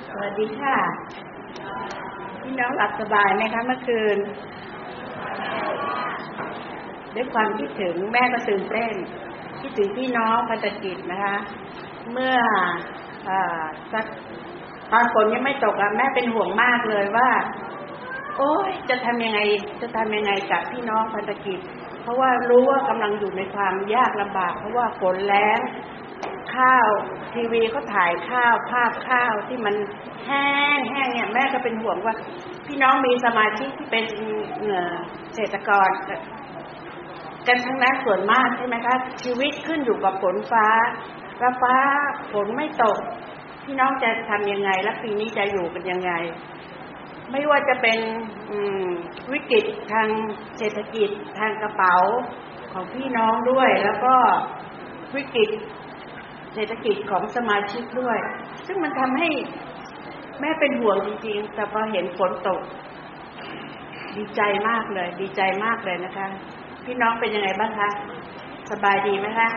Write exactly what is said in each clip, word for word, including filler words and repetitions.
สวัสดีค่ะพี่น้องหลับสบายไหมคะเมื่อคืนด้วยความคิดถึงแม่ก็ตื่นเต้นคิดถึงพี่น้องพันธกิจนะคะเมื่อสักตอนฝนยังไม่ตกอะแม่เป็นห่วงมากเลยว่าโอ๊ยจะทำยังไงจะทำยังไงกับพี่น้องพันธกิจเพราะว่ารู้ว่ากำลังอยู่ในความยากลำบากเพราะว่าฝนแล้งข้าวทีวีเขาถ่ายข้าวภาพข้าวที่มันแห้งแห้งเนี่ยแม่ก็เป็นห่วงว่าพี่น้องมีสมาชิกที่เป็นเกษตรกรกันทั้งนั้นส่วนมากใช่ไหมคะชีวิตขึ้นอยู่กับฝนฟ้าแล้วฟ้าฝนไม่ตกพี่น้องจะทำยังไงและปีนี้จะอยู่กันยังไงไม่ว่าจะเป็นวิกฤตทางเศรษฐกิจทางกระเป๋าของพี่น้องด้วยแล้วก็วิกฤตเศรษฐกิจของสมาชิกด้วยซึ่งมันทำให้แม่เป็นห่วงจริงๆแต่พอเห็นฝนตกดีใจมากเลยดีใจมากเลยนะคะพี่น้องเป็นยังไงบ้างคะสบายดีไหมคะ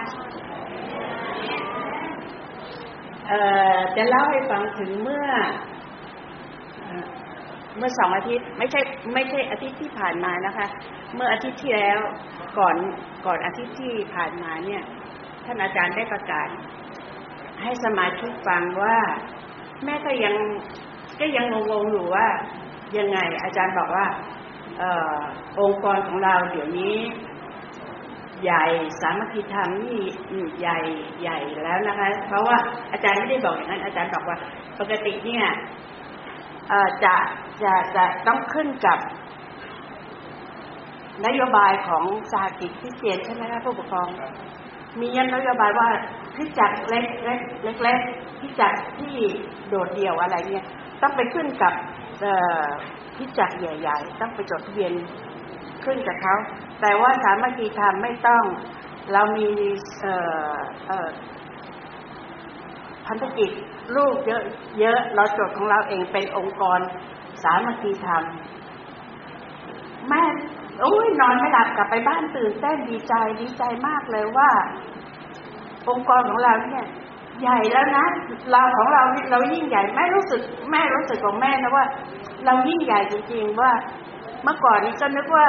เอ่อจะเล่าให้ฟังถึงเมื่อเมื่อสองอาทิตย์ไม่ใช่ไม่ใช่อาทิตย์ที่ผ่านมานะคะเมื่ออาทิตย์ที่แล้วก่อนก่อนอาทิตย์ที่ผ่านมาเนี่ยท่านอาจารย์ได้ประกาศให้สมาชิกฟังว่าแม่ก็ยังก็ยังงงๆอยู่ว่ายังไงอาจารย์บอกว่าเอ่อองค์กรของเราเดี๋ยวนี้ใหญ่สามัคคีธรรมนี่ใหญ่ใหญ่แล้วนะคะเพราะว่าอาจารย์ไม่ได้บอกอย่างนั้นอาจารย์บอกว่าปกติเนี่ยเอ่อจะจะจะต้องขึ้นกับนโยบายของสหกิจคริสเตียนใช่ไหมคะผู้ปกครองมีนโยบายว่าคริสตจักรเล็กเล็กเล็กเล็กคริสตจักรที่โดดเดี่ยวอะไรเนี่ยต้องไปขึ้นกับเอ่อคริสตจักรใหญ่ๆต้องไปจดทะเบียนขึ้นกับเขาแต่ว่าสามัคคีธรรมไม่ต้องเรามีเอ่อเอ่อพันธกิจลูกเยอะเยอะเราจดของเราเองเป็นองค์กรสามัคคีธรรมแม่โอ้ยนอนไม่หลับกลับไปบ้านตื่นเต้นดีใจดีใจมากเลยว่าองค์กรของเราเนี่ยใหญ่แล้วนะเราของเราเรายิ่งใหญ่แม่รู้สึกแม่รู้สึกของแม่นะว่าเรายิ่งใหญ่จริงๆว่าเมื่อก่อนนี้ก็นึกว่า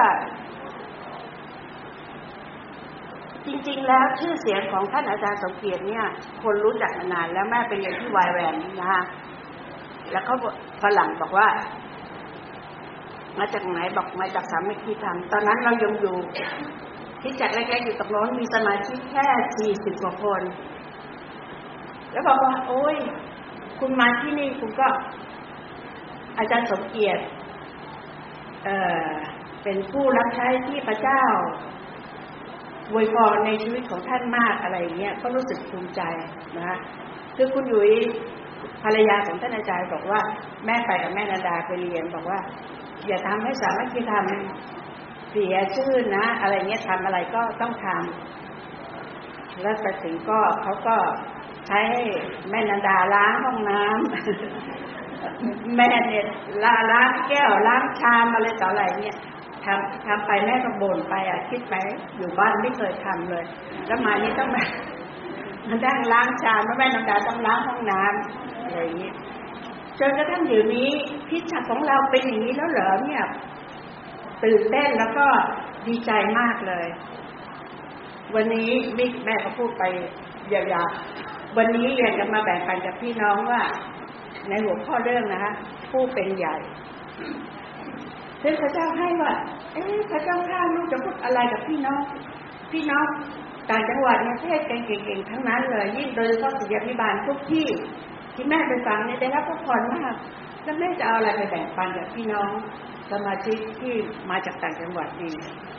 จริงๆแล้วชื่อเสียงของท่านอาจารย์สมเกียรติเนี่ยคนรู้จักมานานแล้วแม่ไปเรียนที่ไวแวนนะคะแล้วเขาฝรั่งบอกว่ามาจากไหนบอกมาจากสามัคคีธรรมตอนนั้นเรายังอยู่ที่จัดแรกๆอยู่ตรงโน้นมีสมาชิกแค่สี่สิบกว่าคนแล้วบอกว่าโอ้ยคุณมาที่นี่คุณก็อาจารย์สมเกียรติเอ่อเป็นผู้รับใช้ที่พระเจ้าอวยพรในชีวิตของท่านมากอะไรอย่างเงี้ยก็รู้สึกภูมิใจนะคะคือคุณยุ้ยภรรยาของท่านอาจารย์บอกว่าแม่ไปกับแม่นาดาไปเรียนบอกว่าอย่าทำให้สามัคคีธรรมเสียชื่อนะอะไรเงี้ยทำอะไรก็ต้องทำแล้วไปถึงก็เขาก็ใช้ให้แม่นาดาล้างห้องน้ำแม่เนี่ยล้างแก้วล้างชามอะไรต่ออะไรเนี่ยทำทำไปแม่ก็บ่นไปอ่ะคิดไปอยู่บ้านไม่เคยทำเลยแล้วมานี่ต้องมามันได้ล้างชามแม่นาดาต้องล้างห้องน้ำอะไรอย่างนี้จนกระทั่งเดี๋ยวนี้คริสตจักรของเราเป็นอย่างนี้แล้วเหรอเนี่ยตื่นเต้นแล้วก็ดีใจมากเลยวันนี้มิกแม่ก็พูดไปยาวๆวันนี้อยากจะมาแบ่งปันกับพี่น้องว่าในหัวข้อเรื่องนะคะผู้เป็นใหญ่ซึ่งพระเจ้าให้ว่าเอ๊ะพระเจ้าข้าลูกจะพูดอะไรกับพี่น้องพี่น้องต่างจังหวัดเนี่ยเทศเก่งๆทั้งนั้นเลยยิ่งโดยเฉพาะศิษยาภิบาลทุกที่ที่แม่ไปฟังเนี่ยได้รับพระพรมากแล้วแม่จะเอาอะไรไปแบ่งปันกับพี่น้องสมาชิกที่มาจากต่างจังหวัดดี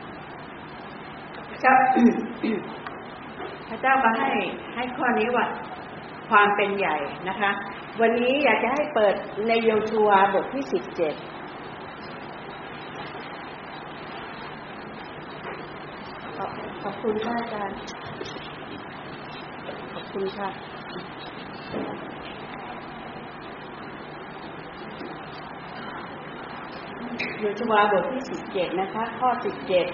ก็ พระเจ้าก็ให้ให้ข้อนี้ว่าความเป็นใหญ่นะคะวันนี้อยากจะให้เปิดในโยชูวาบทที่สิบเจ็ดขอบคุณค่ะอาจารย์ขอบคุณค่ะโยชูวาบทที่สิบเจ็ดนะคะข้อสิบเจ็ด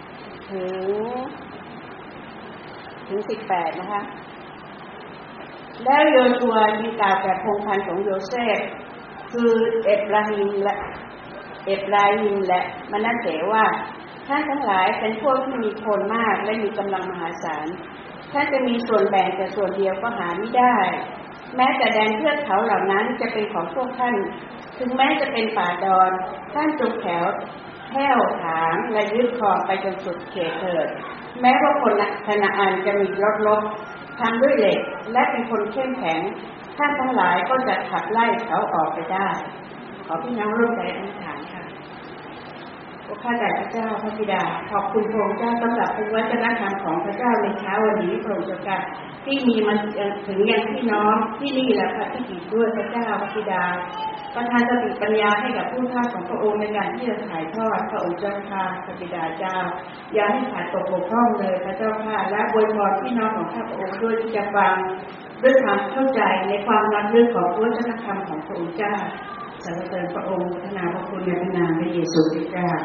ถึงถึงสิบแปดนะคะแล้วโยชัวจึงกล่าวแก่พงศ์พันธุ์ของโยเซฟคือเอฟราฮิมและเอฟราฮิมและมนัสเสว่าท่านทั้งหลายเป็นพวกที่มีคนมากและมีกำลังมหาศาลท่านจะมีส่วนแบ่งแต่ส่วนเดียวก็หาไม่ได้แม้แต่แดนเทือกเขาเหล่านั้นจะเป็นของพวกท่านถึงแม้จะเป็นป่าดอนท่านจงแถวแถวถางและยึดครองไปจนสุดเขตเถิดแม้ว่าคนคณาอันจะมีรถลบทำด้วยเหล็กและเป็นคนเข้มแข็งท่านทั้งหลายก็จะขับไล่เขาออกไปได้ขอพี่น้องร่วมใจอธิษฐานค่ะพระข้าแต่พระเจ้าพระบิดาขอบคุณพระองค์เจ้าสำหรับพระวจนะธรรมของพระเจ้าในเช้าวันนี้พระองค์เจ้าที่มีมาถึงยังพี่น้องที่นี่แหละค่ะที่ดีด้วยพระเจ้าพระบิดาประทานสติปัญญาให้กับผู้ท่าของพระองค์ในการที่จะถ่ายทอดพระองค์เจ้าค่ะพระบิดาเจ้าอย่าให้ขาดตกบกพร่องเลยพระเจ้าค่ะและอวยพรพี่น้องของข้าพระองค์ด้วยที่จะฟังด้วยความเข้าใจในความล้ำลึกของพระวจนะธรรมของพระองค์เจ้าสรรเสริญพระองค์พัฒนาพระคุณในพระนามพระเยซูคริสต์เจ้า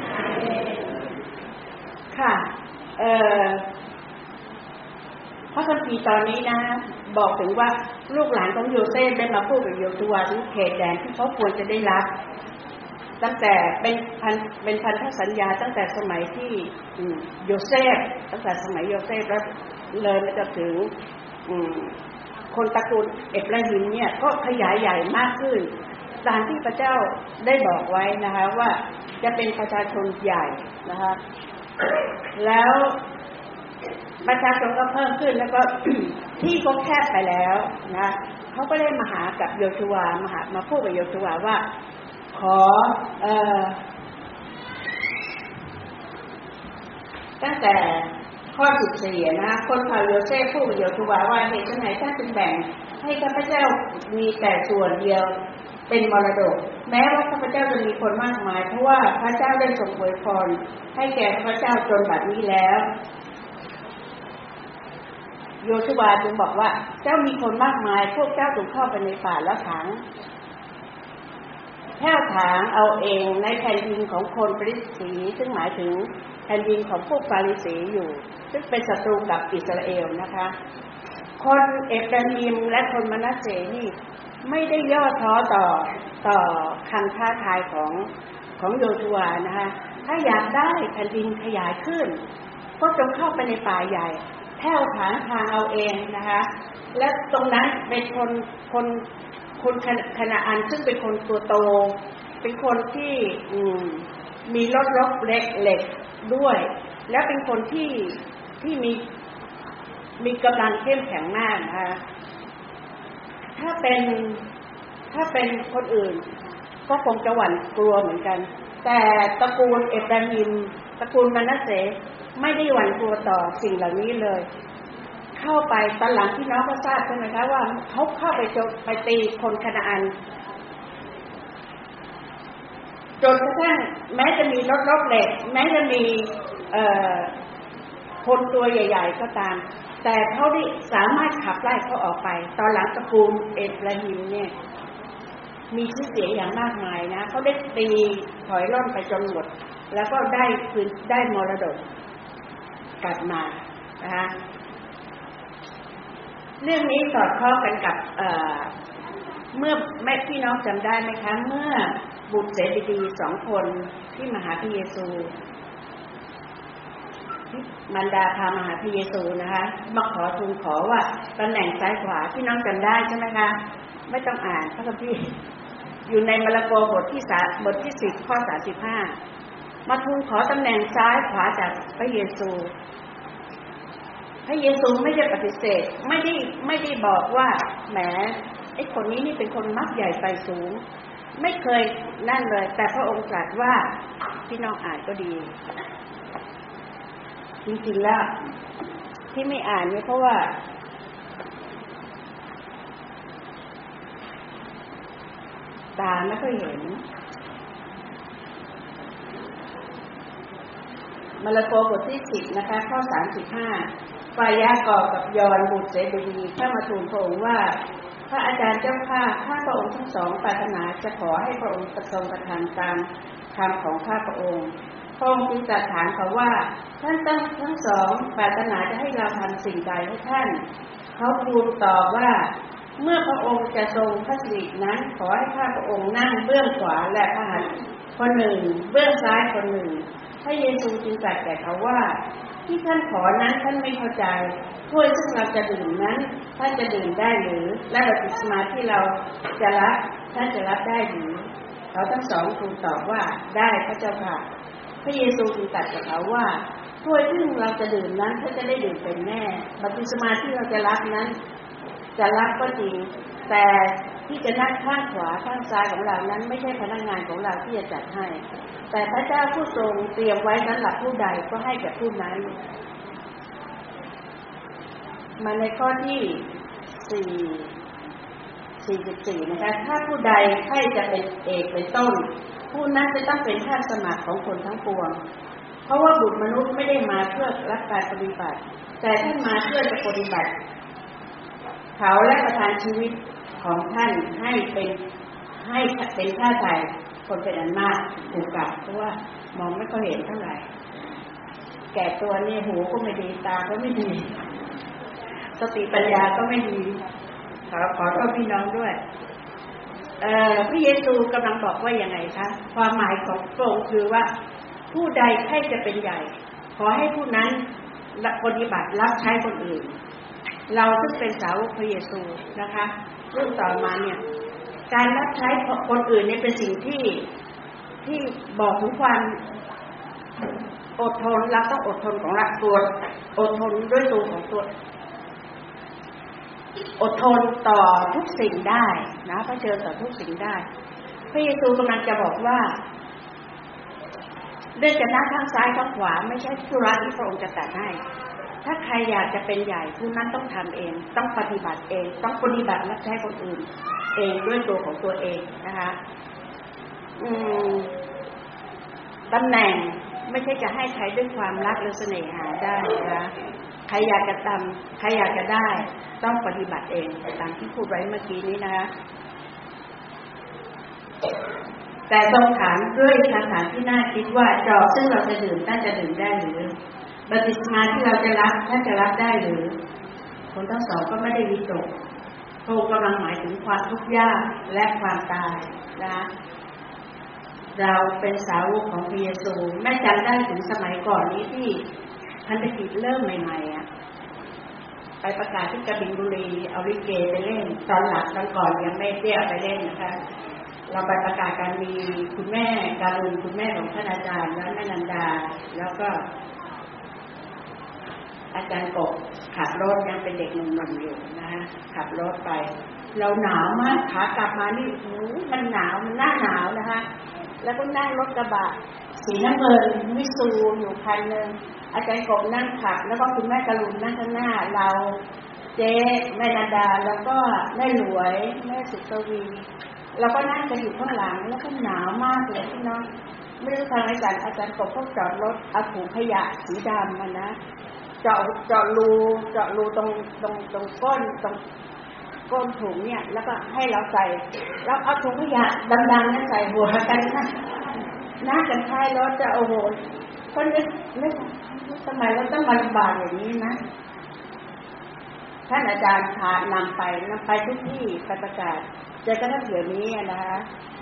ค่ะเอ่อพระคัมภีร์ตอนนี้นะบอกถึงว่าลูกหลานของโยเซฟได้มาพูดกับโยชัวถึงเขตแดนที่เขาควรจะได้รับตั้งแต่เป็นพันเป็นพันธสัญญาตั้งแต่สมัยที่โยเซฟตั้งแต่สมัยโยเซฟแล้วเลยมาจนถึงคนตระกูลเอฟราฮิมเนี่ยก็ขยายใหญ่มากขึ้นตามที่พระเจ้าได้บอกไว้นะคะว่าจะเป็นประชาชนใหญ่นะคะแล้วประชาชนก็เพิ่มขึ้นแล้วก็ ที่ก็แคบไปแล้วนะเขาก็ได้มาหากับโยชัวมาหามาพูดกับโยชัวว่าขอเอ่อตั้งแต่ข้อสิบสี่นะคนข่าวโยเซฟพูดกับโยชัวว่าเหตุไหนท่านจึงแบ่งให้ข้าพเจ้ามีแต่ส่วนเดียวเป็นมรดกแม้ว่าข้าพเจ้าจะมีคนมากมายเพราะว่าพระเจ้าได้ทรงอวยพรให้แก่ข้าพเจ้าจนบัดนี้แล้วโยชัวจึงบอกว่าเจ้ามีคนมากมายพวกเจ้าจงเข้าไปในป่าแล้วถางแถวถางเอาเองในแผ่นดินของคนฟาริสีซึ่งหมายถึงแผ่นดินของพวกฟาริสีอยู่ซึ่งเป็นศัตรูกับอิสราเอลนะคะคนเอฟราฮิมและคนมนัสเสนี่ไม่ได้ย่อท้อต่อต่อคำท้าทายของของโยชัวนะคะถ้าอยากได้แผ่นดินขยายขึ้นก็จงเข้าไปในป่าใหญ่แถวถางทางเอาเองนะคะและตรงนั้นเป็นคนคนคนคณาอันซึ่งเป็นคนตัวโตเป็นคนที่มีรถรบเล็กเหล็กด้วยและเป็นคนที่ที่มีมีกำลังเข้มแข็งมากนะคะถ้าเป็นถ้าเป็นคนอื่นก็คงจะหวั่นกลัวเหมือนกันแต่ตระกูลเอฟราฮิมตระกูลมนัสเสไม่ได้หวั่นกลัวต่อสิ่งเหล่านี้เลยเข้าไปตอนหลังที่น้องก็ทราบใช่ไหมคะว่าเขาเข้าไปโจมไปตีคนคณาอันจนกระทั่งแม้จะมีรถรบเหล็กแม้จะมีเอ่อคนตัวใหญ่ๆก็ตามแต่เขาได้สามารถขับไล่เขาออกไปตอนหลังตระกูลเอฟราฮิมเนี่ยมีชื่อเสียงอย่างมากมายนะเขาได้ตีถอยร่นไปจนหมดแล้วก็ได้คืนได้มรดกกลับมานะคะเรื่องนี้สอดคล้องกันกับเอ่อเมื่อแม่พี่น้องจำได้ไหมคะเมื่อบุตรเสดีสองคนที่มาหาพระเยซูมารดาพามาหาพระเยซูนะคะมาขอทูลขอว่าตำแหน่งซ้ายขวาพี่น้องจำได้ใช่ไหมคะไม่ต้องอ่านพระคัมภีร์อยู่ในมาระโกบทที่สามบทที่สิบข้อสามสิบห้ามาทูลขอตำแหน่งซ้ายขวาจากพระเยซูพระเยซูไม่ได้ปฏิเสธไม่ได้ไม่ได้บอกว่าแหมไอ้คนนี้นี่เป็นคนมักใหญ่ไฟสูงไม่เคยนั่นเลยแต่พระองค์ตรัสว่าพี่น้องอ่านก็ดีจริงๆแล้วที่ไม่อ่านเนี่ยเพราะว่าตาไม่ค่อยเห็นมาระโกบทที่สิบนะคะข้อสามสิบห้าฝ่ายยากอบกับยอนบุตรเสดีเข้ามาทูลพระองค์ว่าพระอาจารย์เจ้าข้าข้าพระองค์ทั้งสองปรารถนาจะขอให้พระองค์ประทรงประทานตามคำของข้าพระองค์พระองค์จึงตรัสถามเขาว่าท่านทั้งทั้งสองปรารถนาจะให้เราทำสิ่งใดให้ท่านเขาทูลตอบว่าเมื่อพระองค์จะทรงพระสิรินั้นขอให้ข้าพระองค์นั่งเบื้องขวาและพระหัตถ์คนหนึ่งเบื้องซ้ายคนหนึ่งพระเยซูจึงตรัสแก่เขาว่าที่ท่านขอนั้นท่านไม่เข้าใจถ้วยซึ่งเราจะดื่มนั้นท่านจะดื่มได้หรือและบัพติศมาที่เราจะรับท่านจะรับได้หรือเขาทั้งสองทูลตอบว่าได้พระเจ้าค่ะพระเยซูจึงตรัสกับเขาว่าถ้วยซึ่งเราจะดื่มนั้นท่านจะได้ดื่มเป็นแน่บัพติศมาที่เราจะรับนั้นจะรับก็จริงแต่ที่จะนั่งข้างขวาข้างซ้ายของเรานั้นไม่ใช่พนักงานของเราที่จะจัดให้แต่พระเจ้าผู้ทรงเตรียมไว้นั้นหลักผู้ใดก็ให้แก่ผู้นั้นมาในข้อที่สี่สี่สิบสี่นะคะถ้าผู้ใดใครจะเป็นเอกเป็นต้นผู้นั้นจะต้องเป็นท่านสมัครของคนทั้งปวงเพราะว่าบุตรมนุษย์ไม่ได้มาเพื่อรับการปฏิบัติแต่ท่านมาเพื่อจะปฏิบัติเขาและประทานชีวิตของท่านให้เป็นให้เป็นค่าไถ่คนเป็นอันมากถูกกับเพราะว่ามองไม่ค่อยเห็นเท่าไหร่แก่ตัวนี่หูก็ไม่ดีตาก็ไม่ดีสติปัญญาก็ไม่ดีขอขอโทษพี่น้องด้วยเอ่อพระเยซูกำลังบอกว่ายังไงคะความหมายของพระองค์คือว่าผู้ใดใครจะเป็นใหญ่ขอให้ผู้นั้นปฏิบัติรับใช้คนอื่นเราซึ่งเป็นสาวกพระเยซูนะคะเรื่องต่อมาเนี่ยการรับใช้คนอื่นเนี่ยเป็นสิ่งที่ที่บอกถึงความอดทนเราต้องอดทนของเราตัวอดทนด้วยตัวของตัวอดทนต่อทุกสิ่งได้นะเผชิญต่อทุกสิ่งได้พระเยซูกำลังจะบอกว่าเรื่องจะนั่งข้างซ้ายข้างขวาไม่ใช่ธุระที่พระองค์จะตัดให้ถ้าใครอยากจะเป็นใหญ่ผู้นั้นต้องทำเองต้องปฏิบัติเองต้องปฏิบัติรับใช้คนอื่นเองด้วยตัวของตัวเองนะคะอืมตำแหน่งไม่ใช่จะให้ใครด้วยความรักหรือเสน่หาได้นะคะใครอยากจะทำใครอยากจะได้ต้องปฏิบัติเองตามที่พูดไว้เมื่อกี้นี้นะคะแต่ทรงถามด้วยคำถามที่น่าคิดว่าจอบซึ่งเราจะดื่มท่านจะดื่มได้หรือบัพติศมาที่เราจะรับท่านจะรับได้หรือคนทั้งสองก็ไม่ได้วิตกพระองค์กำลังหมายถึงความทุกข์ยากและความตายนะเราเป็นสาวกของพระเยซูแม่จำได้ถึงสมัยก่อนนี้ที่พันธกิจเริ่มใหม่ๆอ่ะไปประกาศที่กบินบุรีเอาลิเกไปเล่นตอนหลังตอนก่อนยังไม่ได้เอาไปเล่นนะคะเราไปประกาศการมีคุณแม่การุณคุณแม่ของท่านอาจารย์และแม่นันดาแล้วก็อาจารย์กบขับรถยังเป็นเด็กหนุ่มๆอยู่นะคะขับรถไปเราหนาวมากขากลับมานี่โอ้มันหนาวมันหน้าหนาวนะคะแล้วก็นั่งรถกระบะสีน้ำเงินวิซูอยู่คันนึงอาจารย์กบนั่งขับแล้วก็คุณแม่กรุณนั่งข้างหน้าเราเจ๊แม่นันดาแล้วก็แม่หลวยแม่สุกวีเราก็นั่งกันอยู่ข้างหลังแล้วก็หนาวมากเลยพี่น้องไม่รู้ทางอาจารย์อาจารย์กบเขาจอดรถเอาถุงขยะสีดำมานะเจาะเจาะรูเจาะรูตรงตรงตรงก้นตรงก้นถุงเนี่ยแล้วก็ให้เราใส่แล้วเอาถุงขยะดำๆนั้นใส่หัวกันนะหน้ากันท้ายรถจะโอ้โหก็นึกนึกทำไมเราต้องมาลำบากอย่างนี้นะท่านอาจารย์พานำไปนำไปทุกที่ประกาศเจอกระทั่งเดี๋ยวนี้นะคะ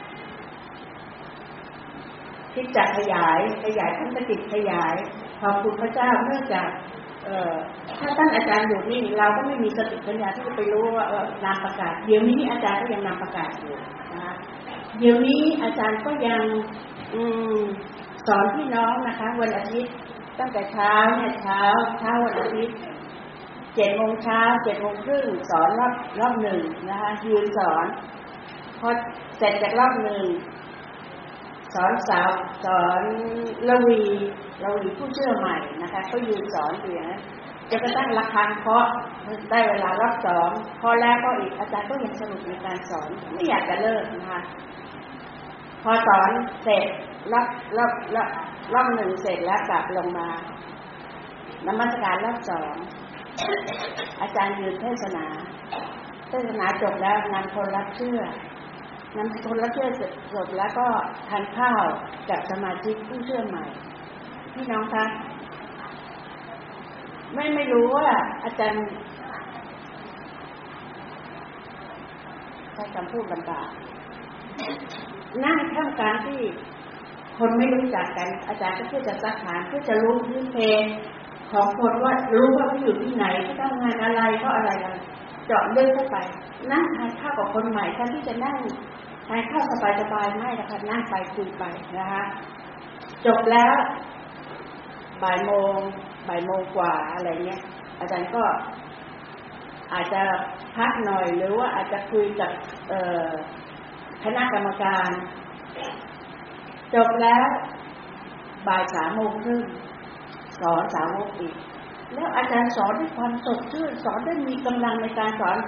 ที่จะขยายขยายพันธกิจขยายขอบคุณพระเจ้าเนื่องจากเอ่อถ้าท่านอาจารย์อยู่นี่เราก็ไม่มีสติปัญญาที่จะไปรู้ว่าเออนำประกาศเดี๋ยวนี้อาจารย์ก็ยังนำประกาศอยู่นะคะเดี๋ยวนี้อาจารย์ก็ยังอืมสอนพี่น้องนะคะวันอาทิตย์ตั้งแต่เช้าเนี่ยเช้าเช้าวันอาทิตย์เจ็ดโมงเช้าเจ็ดโมงครึ่งสอนรอบรอบหนึ่งนะคะยืนสอนพอเสร็จจากรอบหนึ่งสอนสาวสอนละวีละวีผู้เชื่อใหม่นะคะก็ยืนสอนอยู่อย่างนั้นจะกระทั่งระฆังเคาะได้เวลารอบสองพอแล้วก็อีกอาจารย์ก็ยังสนุกในการสอนไม่อยากจะเลิกนะคะพอสอนเสร็จรอบรอบรอบรอบหนึ่งเสร็จแล้วกลับลงมานมัสการรอบสองอาจารย์ยืนเทศนาเทศนาจบแล้วนำคนรับเชื่อนำคนรับเชื่อจบแล้วก็ทานข้าวกับสมาชิกผู้เชื่อใหม่พี่น้องคะไม่ไม่รู้ว่าอาจารย์ใช้คำพูดลำบากนั่งท่ามกลางที่คนไม่รู้จักกันอาจารย์ก็เพื่อจะซักถามเพื่อจะรู้พื้นเพของคนว่ารู้ว่าเขาอยู่ที่ไหนเขาทำงานอะไรเพราะอะไรกันเจาะลึกเข้าไปนั่งทานข้าวกับคนใหม่แทนที่จะนั่งทานข้าวสบายๆไม่นะคะนั่งไปคุยไปนะคะจบแล้วบ่ายโมงบ่ายโมงกว่าอะไรเงี้ยอาจารย์ก็อาจจะพักหน่อยหรือว่าอาจจะคุยกับคณะกรรมการจบแล้วบ่ายสามโมงครึ่งสอนสาวกอีกแล้วอาจารย์สอนด้วยความสดชื่นสอนด้วยมีกำลังในการสอน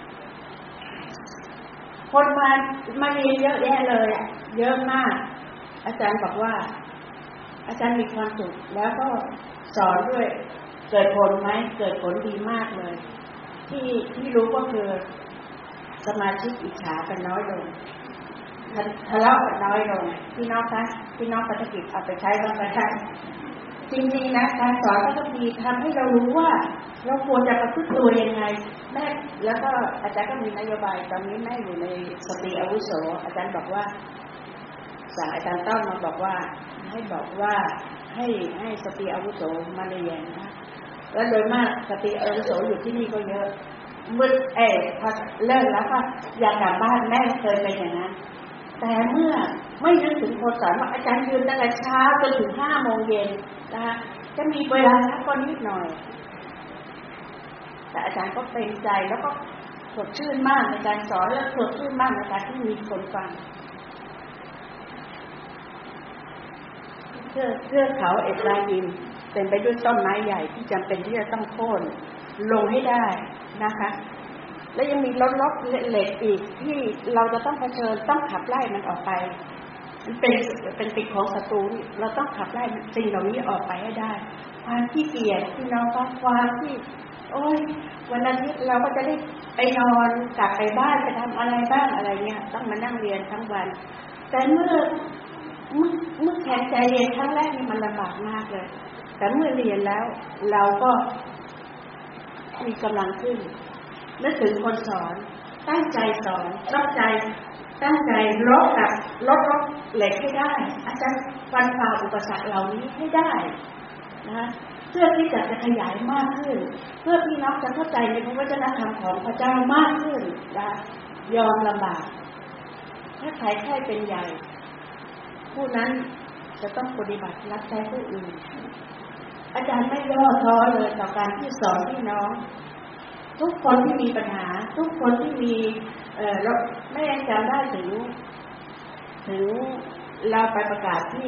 คนมามาเรียนเยอะแยะเลยเยอะมากอาจารย์บอกว่าอาจารย์มีความสุขแล้วก็สอนด้วยเกิดผลไหมเกิดผลดีมากเลยที่ที่รู้ก็คือสมาชิกอิจฉากันน้อยลงทะเลาะกันน้อยลงพี่น้องคะพี่น้องปฏิกิจเอาไปใช้บ้างก็ได้จริงๆนะการสอนก็ต้องมีทำให้เรารู้ว่าเราควรจะประพฤติตัวยังไงแม่แล้วก็อาจารย์ก็มีนโยบายตอนนี้แม่อยู่ในสตรีอาวุโสอาจารย์บอกว่าสั่งอาจารย์ต้อมมาบอกว่าให้บอกว่าให้ให้สตรีอาวุโสมาเรียนนะแล้วโดยมากสตรีอาวุโสอยู่ที่นี่ก็เยอะเมื่อเอ๋พอเลิกแล้วก็อยากกลับบ้านแม่เคยเป็นอย่างนั้นแต่เมื่อไม่นึกถึงคนสอนว่าอาจารย์ยืนตั้งแต่เช้าจนถึงห้าโมงเย็นนะคะจะมีเวลาพักก็นิดหน่อยแต่อาจารย์ก็เป็นใจแล้วก็สดชื่นมากในการสอนและสดชื่นมากในการที่มีคนฟังเทือกเทือกเขาเอฟราอิมเต็มไปด้วยต้นไม้ใหญ่ที่จำเป็นที่จะต้องโค่นลงให้ได้นะคะและยังมีรถรถเหล็กอีกที่เราจะต้องเผชิญต้องขับไล่มันออกไปมันเป็นเป็นปิดของศัตรูเราต้องขับไล่สิ่งเหล่านี้ออกไปให้ได้ความขี้เกียจที่น้องก็ความที่โอ้ยวันอาทิตย์เราก็จะได้ไปนอนกลับไปบ้านไปทำอะไรบ้างอะไรเงี้ยต้องมานั่งเรียนทั้งวันแต่เมื่อเมื่อเมื่อแข็งใจเรียนครั้งแรกนี่มันลำบากมากเลยแต่เมื่อเรียนแล้วเราก็มีกำลังขึ้นนึกถึงคนสอนตั้งใจสอนตั้งใจตั้งใจลดกับลดลดเหล็กให้ได้อาจารย์ฟันฝ่าอุปสรรคเหล่านี้ให้ได้นะเพื่อที่จะจะขยายมากขึ้นเพื่อพี่น้องจะเข้าใจในพระวจนะธรรมของพระเจ้ามากขึ้นนะยอมลำบากถ้าใครแค่เป็นใหญ่ผู้นั้นจะต้องปฏิบัติรับใช้ผู้อื่นอาจารย์ไม่ย่อท้อเลยต่อการที่สอนพี่น้องทุกคนที่มีปัญหาทุกคนที่มีเอ่อเราไม่ยังจำได้ถึงถึงเราไปประกาศที่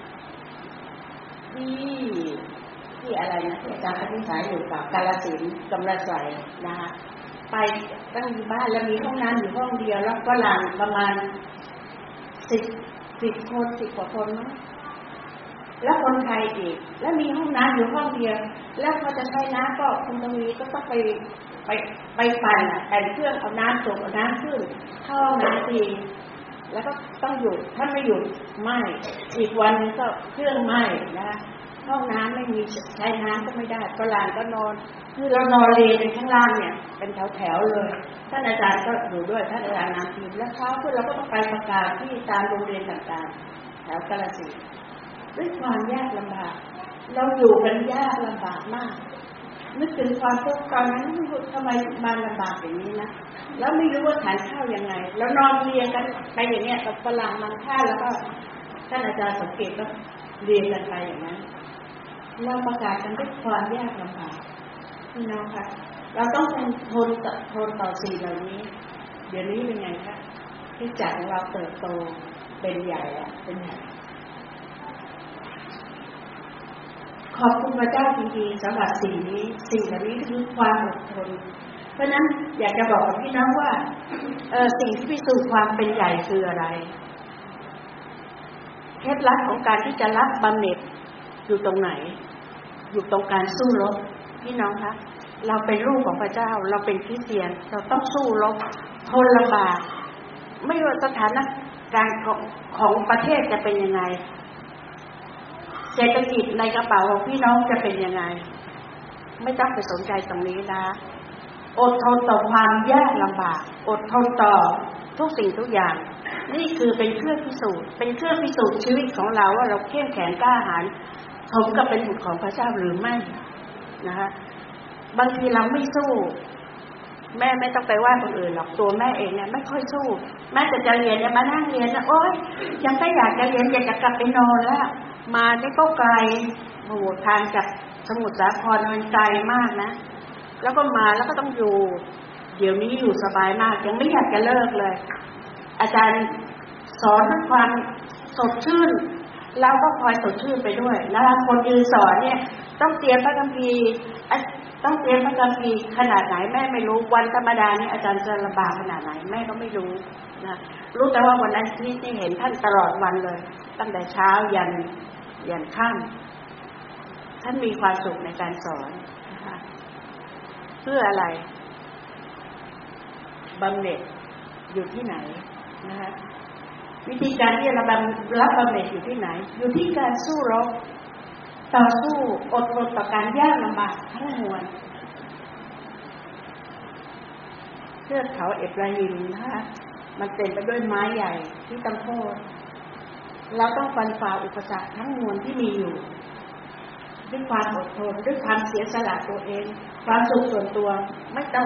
ที่ที่อะไรนะที่อาจารย์อธิษฐานอยู่กับกาฬสินธุ์กำลังใส่นะคะไปตั้งที่บ้านแล้วมีห้องน้ำอยู่ห้องเดียวแล้วก็หลังประมาณสิบสิบคนสิบกว่าคนมั้งแล้วคนไทยอีกแล้วมีห้องน้ำอยู่ห้องเดียวแล้วพอจะใช้น้ำก็คุณตรงนี้ก็ต้องไปไปไปปั่นอ่ะปั่นเครื่องเอาน้ำส่งเอาน้ำขึ้นเข้าห้องน้ำทีแล้วก็ต้องหยุดถ้าไม่หยุดไหม้อีกวันนึงก็เครื่องไหม้นะห้องน้ำไม่มีใช้น้ำก็ไม่ได้ก็ลานก็นอนคือเรานอนเรียนข้างล่างเนี่ยเป็นแถวๆเลยท่านอาจารย์ก็อยู่ด้วยท่านอาจารย์นำทีมแล้วเช้าขึ้นเราก็ต้องไปประกาศที่ตามโรงเรียนต่างๆแถวกาฬสินธุ์ด้วยความยากลำบากเราอยู่กันยากลำบากมากนึกถึงความทุกข์ตอนนั้นทำไมมันลำบากอย่างนี้นะแล้วไม่รู้ว่าทานข้าวยังไงแล้วนอนเรียนกันไปอย่างเงี้ยกับฝรั่งมังค่าแล้วก็ท่านอาจารย์สังเกตก็เรียนกันไปอย่างนั้นเราประกาศกันด้วยความยากลำบากพี่น้องค่ะเราต้องทนทนต่อทนต่อสิ่งเหล่านี้เดี๋ยวนี้เป็นไงคะที่จักรเราเติบโตเป็นใหญ่อะเป็นใหญ่ขอบคุณพระเจ้าจริงๆสำหรับสิ่งนี้สิ่งเหล่านี้คือความอดทนเพราะนั้นอยากจะบอกกับพี่น้องว่าเออสิ่งที่พิสูจน์ความเป็นใหญ่คืออะไรเคล็ดลับของการที่จะรับบำเหน็จอยู่ตรงไหนอยู่ตรงการสู้รบพี่น้องคะเราเป็นลูกของพระเจ้าเราเป็นคริสเตียนเราต้องสู้รบทนลำบากไม่ว่าสถานะการของของประเทศจะเป็นยังไงเศรษฐกิจในกระเป๋าของพี่น้องจะเป็นยังไงไม่ต้องไปสนใจตรงนี้นะอดทนต่อความยากลำบากอดทนต่อทุกสิ่งทุกอย่างนี่คือเป็นเครื่องพิสูจน์เป็นเครื่องพิสูจน์ชีวิตของเราว่าเราเข้มแข็งกล้าหาญสมกับเป็นบุตรของพระเจ้าหรือไม่นะคะบางทีเราไม่สู้แม่ไม่ต้องไปว่าคนอื่นหรอกตัวแม่เองเนี่ยไม่ค่อยสู้แม่จะจะเรียนเนี่ยมานั่งเรียนนะโอ๊ยยังไม่อยากจะเรียนอยากจะกลับไปนอนแล้วมาได้ก็ไกลโอ้โหทางจากสมุทรสาครมันไกลมากนะแล้วก็มาแล้วก็ต้องอยู่เดี๋ยวนี้อยู่สบายมากยังไม่อยากจะเลิกเลยอาจารย์สอนด้วยความสดชื่นเราก็คอยสดชื่นไปด้วยนะคะคนยืนสอนเนี่ยต้องเตรียมพระคัมภีร์ต้องเตรียมพระคัมภีร์ขนาดไหนแม่ไม่รู้วันธรรมดานี่อาจารย์จะลำบากขนาดไหนแม่ก็ไม่รู้นะรู้แต่ว่าวันนั้นที่ที่เห็นท่านตลอดวันเลยตั้งแต่เช้ายันยันค่ำท่านมีความสุขในการสอนนะคะเพื่ออะไรบำเหน็จอยู่ที่ไหนนะคะวิธีการที่เรารับบำเหน็จอยู่ที่ไหนอยู่ที่การสู้รบต่อสู้อดทนต่อการยากลำบากทั้งมวลเทือกเขาเอฟราอิมนะคะมันเต็มไปด้วยไม้ใหญ่ที่ต้องโค่นเราต้องฟันฝ่าอุปสรรคทั้งมวลที่มีอยู่ด้วยความอดทนด้วยความเสียสละตัวเองความสุขส่วนตัวไม่ต้อง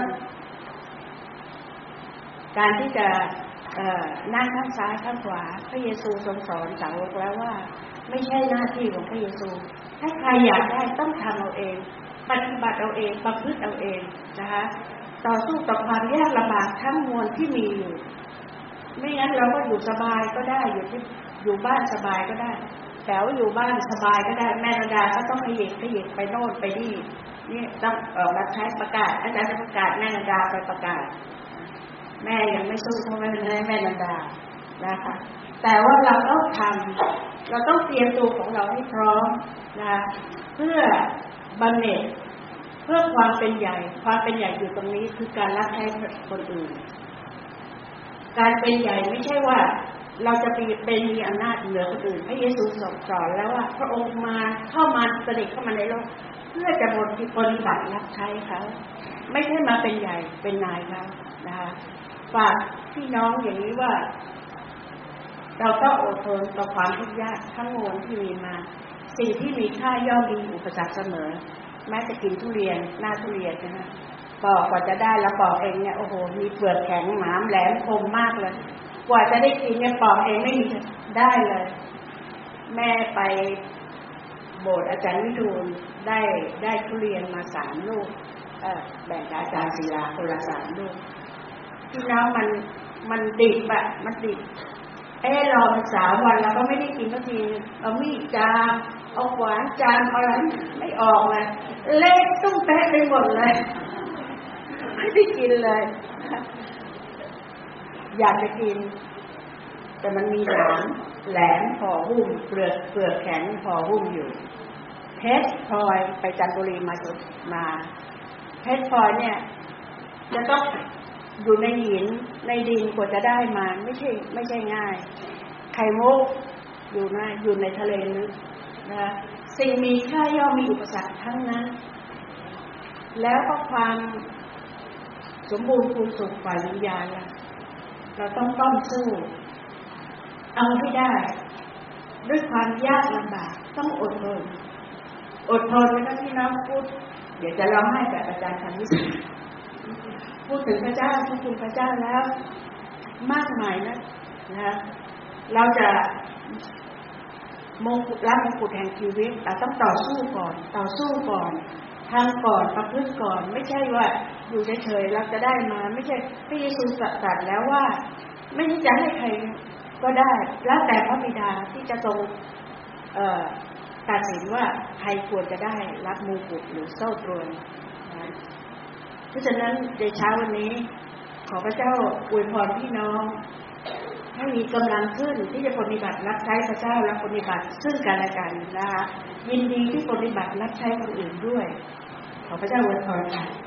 การที่จะนั่งข้างซ้ายข้างขวาพระเยซูทรงสอนสาวกแล้วว่าไม่ใช่หน้าที่ของพระเยซูถ้าใครอยากได้ต้องทำเอาเองปฏิบัติเอาเองประพฤติเอาเองนะคะต่อสู้ต่อความยากลำบากทั้งมวลที่มีอยู่ไม่งั้นเราก็อยู่สบายก็ได้อยู่ที่อยู่บ้านสบายก็ได้แต่ว่าอยู่บ้านสบายก็ได้แม่ระดาก็ต้องขยิบขยิบไปโน่นไปนี่นี่ต้องออกมาใช้ประกาศอาจารย์จะประกาศแม่ระดาไปประกาศแม่ยังไม่สู้เท่าแม่แม่นันดานะคะแต่ว่าเราต้องทำเราต้องเตรียมตัวของเราให้พร้อมนะเพื่อบำเหน็จเพื่อความเป็นใหญ่ความเป็นใหญ่อยู่ตรงนี้คือการรับใช้คนอื่นการเป็นใหญ่ไม่ใช่ว่าเราจะเป็นมีอำนาจเหนือคนอื่นพระเยซูสอนแล้วว่าพระองค์มาเข้ามาเสด็จเข้ามาในโลกเพื่อจะบริปฏิบัติรับใช้เขาไม่ใช่มาเป็นใหญ่เป็นนายเขานะคะฝากพี่น้องอย่างนี้ว่าเราต้องอดทนต่อความทุกข์ยากทั้งมวลที่มีมาสิ่งที่มีค่าย่อมมีอุปสรรคเสมอแม้จะกินทุเรียนหน้าทุเรียนนะปอกกว่าจะได้แล้วปอกเองเนี่ยโอ้โหมีเปลือกแข็งหนามแหลมคมมากเลยกว่าจะได้กินเนี่ยปอกเองไม่มีได้เลยแม่ไปโบสถ์อาจารย์วิทูลได้ได้ทุเรียนมาสามลูกเออแบ่งกับอาจารย์ศิลาคนละสามลูกพี่น้องมันมันดิบอะมันดิบเอ้รอมาสามวันแล้วก็ไม่ได้กินสักทีเอามีดจามเอาขวานจามอะไรไม่ออกเลยเละตุ้มแปะไปหมดเลยไม่ได้กินเลยอยากจะกินแต่มันมีหนามแหลมห่อหุ้มเปลือกเปลือกแข็งห่อหุ้มอยู่เพชรพลอยไปจันทบุรีมาสุดมาเพชรพลอยเนี่ยจะต้องอยู่ในหินในดินกว่าจะได้มาไม่ใช่ไม่ใช่ง่ายไข่มุกอยู่ในอยู่ในทะเลลึกนะสิ่งมีค่าย่อมมีอุปสรรคทั้งนั้นแล้วก็ความสมบูรณ์ภูมิสุขฝ่ายวิญญาณเราต้องต้องสู้เอาให้ได้ด้วยความยากลำบากต้องอดทนอดทนนะพี่น้องพูดเดี๋ยวจะร้องไห้แบบอาจารย์คำวิสุทธิ์พูดถึงพระเจ้าพูดถึงพระเจ้าแล้วมากมายนะนะเราจะมงกุฎรับมงกุฎแห่งชีวิตเราต้องต่อสู้ก่อนต่อสู้ก่อนทำก่อนประพฤติก่อนไม่ใช่ว่าอยู่เฉยๆเราจะได้มาไม่ใช่พระเยซูตรัสแล้วว่าไม่ใช่จะให้ใครก็ได้แล้วแต่พระบิดาที่จะทรงเอ่อตัดสินว่าใครควรจะได้รับมงกุฎหรือโซ่ตรวนนะเพราะฉะนั้นในเช้าวันนี้ขอพระเจ้าอวยพรพี่น้องให้มีกำลังขึ้นที่จะปฏิบัติรับใช้พระเจ้าและปฏิบัติซึ่งกันและกันนะคะยินดีที่ปฏิบัติรับใช้คนอื่นด้วยขอพระเจ้าอวยพรค่ะ